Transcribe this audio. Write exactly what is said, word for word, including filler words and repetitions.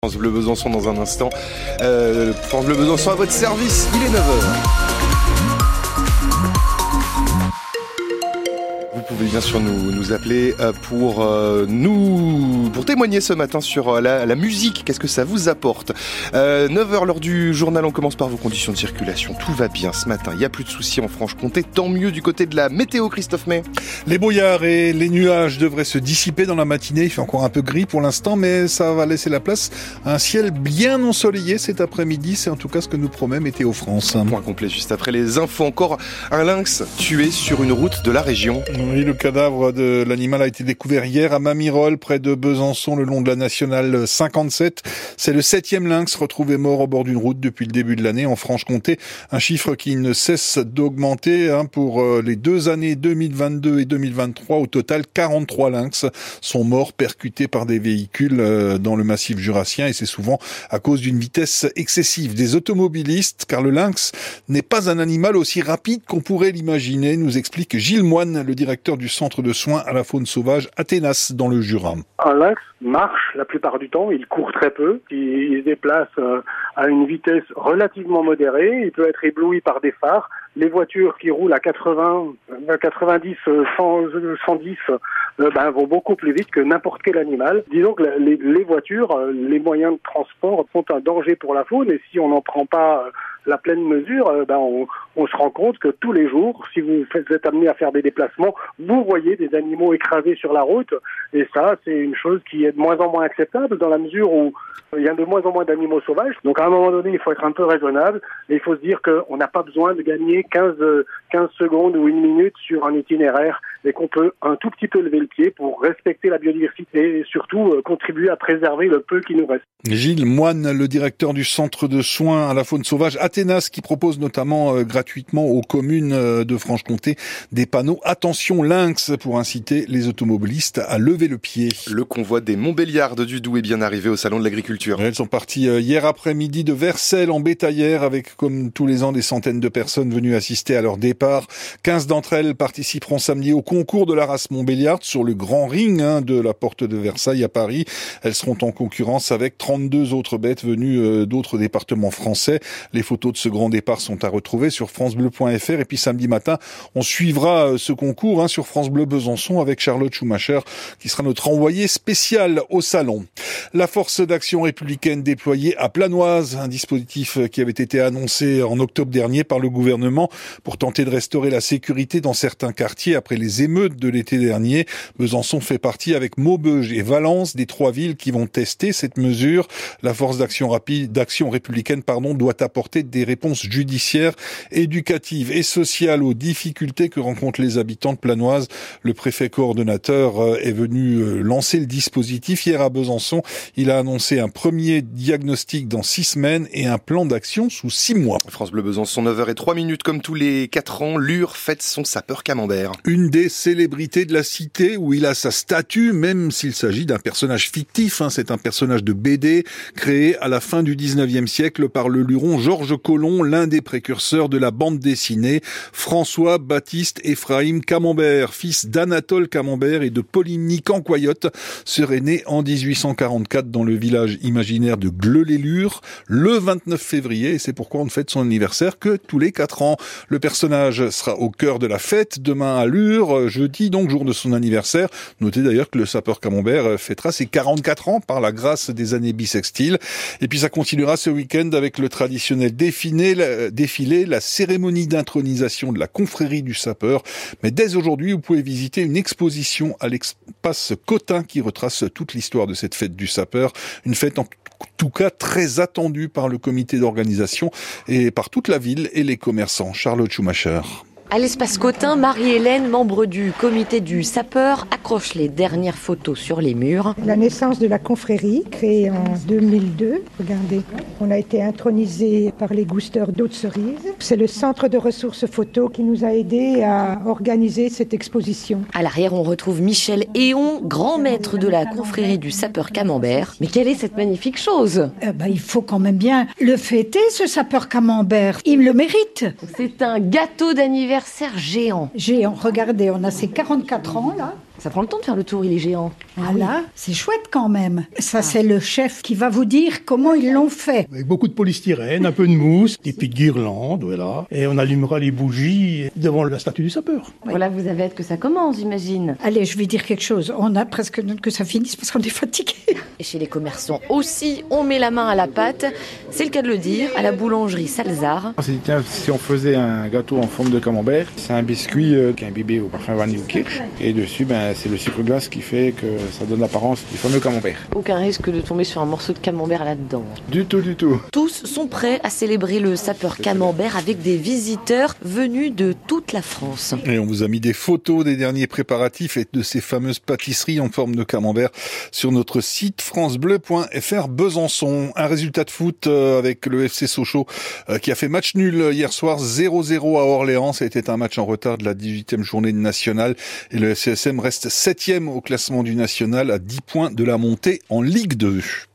France Bleu Besançon dans un instant. Euh, France Bleu Besançon à votre service, il est neuf heures. Vous pouvez bien sûr nous, nous appeler pour, euh, nous, pour témoigner ce matin sur la, la musique. Qu'est-ce que ça vous apporte ? euh, neuf heures, l'heure du journal, on commence par vos conditions de circulation. Tout va bien ce matin, il n'y a plus de soucis en Franche-Comté. Tant mieux du côté de la météo, Christophe May. Les brouillards et les nuages devraient se dissiper dans la matinée. Il fait encore un peu gris pour l'instant, mais ça va laisser la place à un ciel bien ensoleillé cet après-midi. C'est en tout cas ce que nous promet Météo France. Point complet juste après les infos. Encore un lynx tué sur une route de la région. Oui, le cadavre de l'animal a été découvert hier à Mamirol, près de Besançon, le long de la nationale cinquante-sept. C'est le septième lynx retrouvé mort au bord d'une route depuis le début de l'année en Franche-Comté. Un chiffre qui ne cesse d'augmenter hein, pour les deux années deux mille vingt-deux et deux mille vingt-trois. Au total, quarante-trois lynx sont morts percutés par des véhicules dans le massif jurassien, et c'est souvent à cause d'une vitesse excessive des automobilistes, car le lynx n'est pas un animal aussi rapide qu'on pourrait l'imaginer, nous explique Gilles Moine, le directeur du centre de soins à la faune sauvage Athénas dans le Jura. Un lynx marche la plupart du temps, il court très peu, il se déplace à une vitesse relativement modérée, il peut être ébloui par des phares. Les voitures qui roulent à quatre-vingts, quatre-vingt-dix, cent, cent dix euh, ben, vont beaucoup plus vite que n'importe quel animal. Disons que les, les voitures, les moyens de transport sont un danger pour la faune, et si on n'en prend pas la pleine mesure, ben on, on se rend compte que tous les jours, si vous êtes amené à faire des déplacements, vous voyez des animaux écrasés sur la route, et ça, c'est une chose qui est de moins en moins acceptable dans la mesure où il y a de moins en moins d'animaux sauvages. Donc à un moment donné, il faut être un peu raisonnable, et il faut se dire qu'on n'a pas besoin de gagner quinze, quinze secondes ou une minute sur un itinéraire, et qu'on peut un tout petit peu lever le pied pour respecter la biodiversité et surtout euh, contribuer à préserver le peu qui nous reste. Gilles Moine, le directeur du centre de soins à la faune sauvage Athénas, qui propose notamment euh, gratuitement aux communes euh, de Franche-Comté des panneaux « Attention lynx » pour inciter les automobilistes à lever le pied. Le convoi des Montbéliardes du Doubs est bien arrivé au Salon de l'Agriculture. Elles sont parties euh, hier après-midi de Vercelles en bétaillère avec, comme tous les ans, des centaines de personnes venues assister à leur départ. quinze d'entre elles participeront samedi au concours de la race Montbéliarde sur le grand ring hein, de la porte de Versailles à Paris. Elles seront en concurrence avec trente-deux autres bêtes venues euh, d'autres départements français. Les photos de ce grand départ sont à retrouver sur francebleu point f r. Et puis samedi matin, on suivra euh, ce concours hein, sur France Bleu Besançon avec Charlotte Schumacher qui sera notre envoyée spéciale au salon. La force d'action républicaine déployée à Planoise, un dispositif qui avait été annoncé en octobre dernier par le gouvernement pour tenter de restaurer la sécurité dans certains quartiers après les émeutes de l'été dernier. Besançon fait partie avec Maubeuge et Valence des trois villes qui vont tester cette mesure. La force d'action rapide, d'action républicaine, pardon, doit apporter des réponses judiciaires, éducatives et sociales aux difficultés que rencontrent les habitants de Planoise. Le préfet coordonnateur est venu lancer le dispositif hier à Besançon. Il a annoncé un premier diagnostic dans six semaines et un plan d'action sous six mois. France Bleu Besançon, neuf heures zéro trois minutes, comme tous les quatre ans, Lure fête son sapeur camembert. Une des célébrités de la cité où il a sa statue, même s'il s'agit d'un personnage fictif. Hein. C'est un personnage de B D créé à la fin du dix-neuvième siècle par le luron Georges Colomb, l'un des précurseurs de la bande dessinée. François-Baptiste Ephraim Camembert, fils d'Anatole Camembert et de Poligny Cancoyotte, serait né en dix-huit cent quarante-quatre dans le village imaginaire de Gleux-les-Lures le vingt-neuf février, et c'est pourquoi on ne fête son anniversaire que tous les quatre ans. Le personnage sera au cœur de la fête demain à Lure, jeudi donc jour de son anniversaire. Notez d'ailleurs que le sapeur Camembert fêtera ses quarante-quatre ans par la grâce des années bissextiles. Et puis ça continuera ce week-end avec le traditionnel défilé, défilé, la cérémonie d'intronisation de la confrérie du sapeur. Mais dès aujourd'hui, vous pouvez visiter une exposition à l'espace Cotin qui retrace toute l'histoire de cette fête du sapeur. Une fête en tout cas très attendue par le comité d'organisation et par toute la ville et les commerçants. Charlotte Schumacher. À l'espace Cotin, Marie-Hélène, membre du comité du sapeur, accroche les dernières photos sur les murs. La naissance de la confrérie, créée en deux mille deux. Regardez, on a été intronisé par les gousteurs d'Haute-Cerise. C'est le centre de ressources photo qui nous a aidés à organiser cette exposition. À l'arrière, on retrouve Michel Héon, grand maître de la confrérie du sapeur Camembert. Mais quelle est cette magnifique chose ? euh, bah, Il faut quand même bien le fêter, ce sapeur Camembert. Il le mérite. C'est un gâteau d'anniversaire géant. Géant, regardez, on a ses quarante-quatre ans là. Ça prend le temps de faire le tour, il est géant. Ah là, c'est chouette quand même. Ça, ah. c'est le chef qui va vous dire comment ils l'ont fait. Avec beaucoup de polystyrène, un peu de mousse, des petites guirlandes, voilà. Et on allumera les bougies devant la statue du sapeur. Oui. Voilà, vous avez hâte que ça commence, j'imagine. Allez, je vais dire quelque chose. On a presque hâte que ça finisse parce qu'on est fatigué. Et chez les commerçants aussi, on met la main à la pâte. C'est le cas de le dire, à la boulangerie Salzar. On s'est dit, tiens, si on faisait un gâteau en forme de camembert, c'est un biscuit euh, qui est imbibé au parfum vanille ou kirsch. Et dessus, ben, c'est le sucre glace qui fait que ça donne l'apparence du fameux camembert. Aucun risque de tomber sur un morceau de camembert là-dedans. Du tout, du tout. Tous sont prêts à célébrer le sapeur camembert avec des visiteurs venus de toute la France. Et on vous a mis des photos des derniers préparatifs et de ces fameuses pâtisseries en forme de camembert sur notre site francebleu point f r Besançon. Un résultat de foot avec le F C Sochaux qui a fait match nul hier soir zéro zéro à Orléans. C'était un match en retard de la dix-huitième journée de nationale et le F C S M reste septième au classement du national à dix points de la montée en Ligue deux.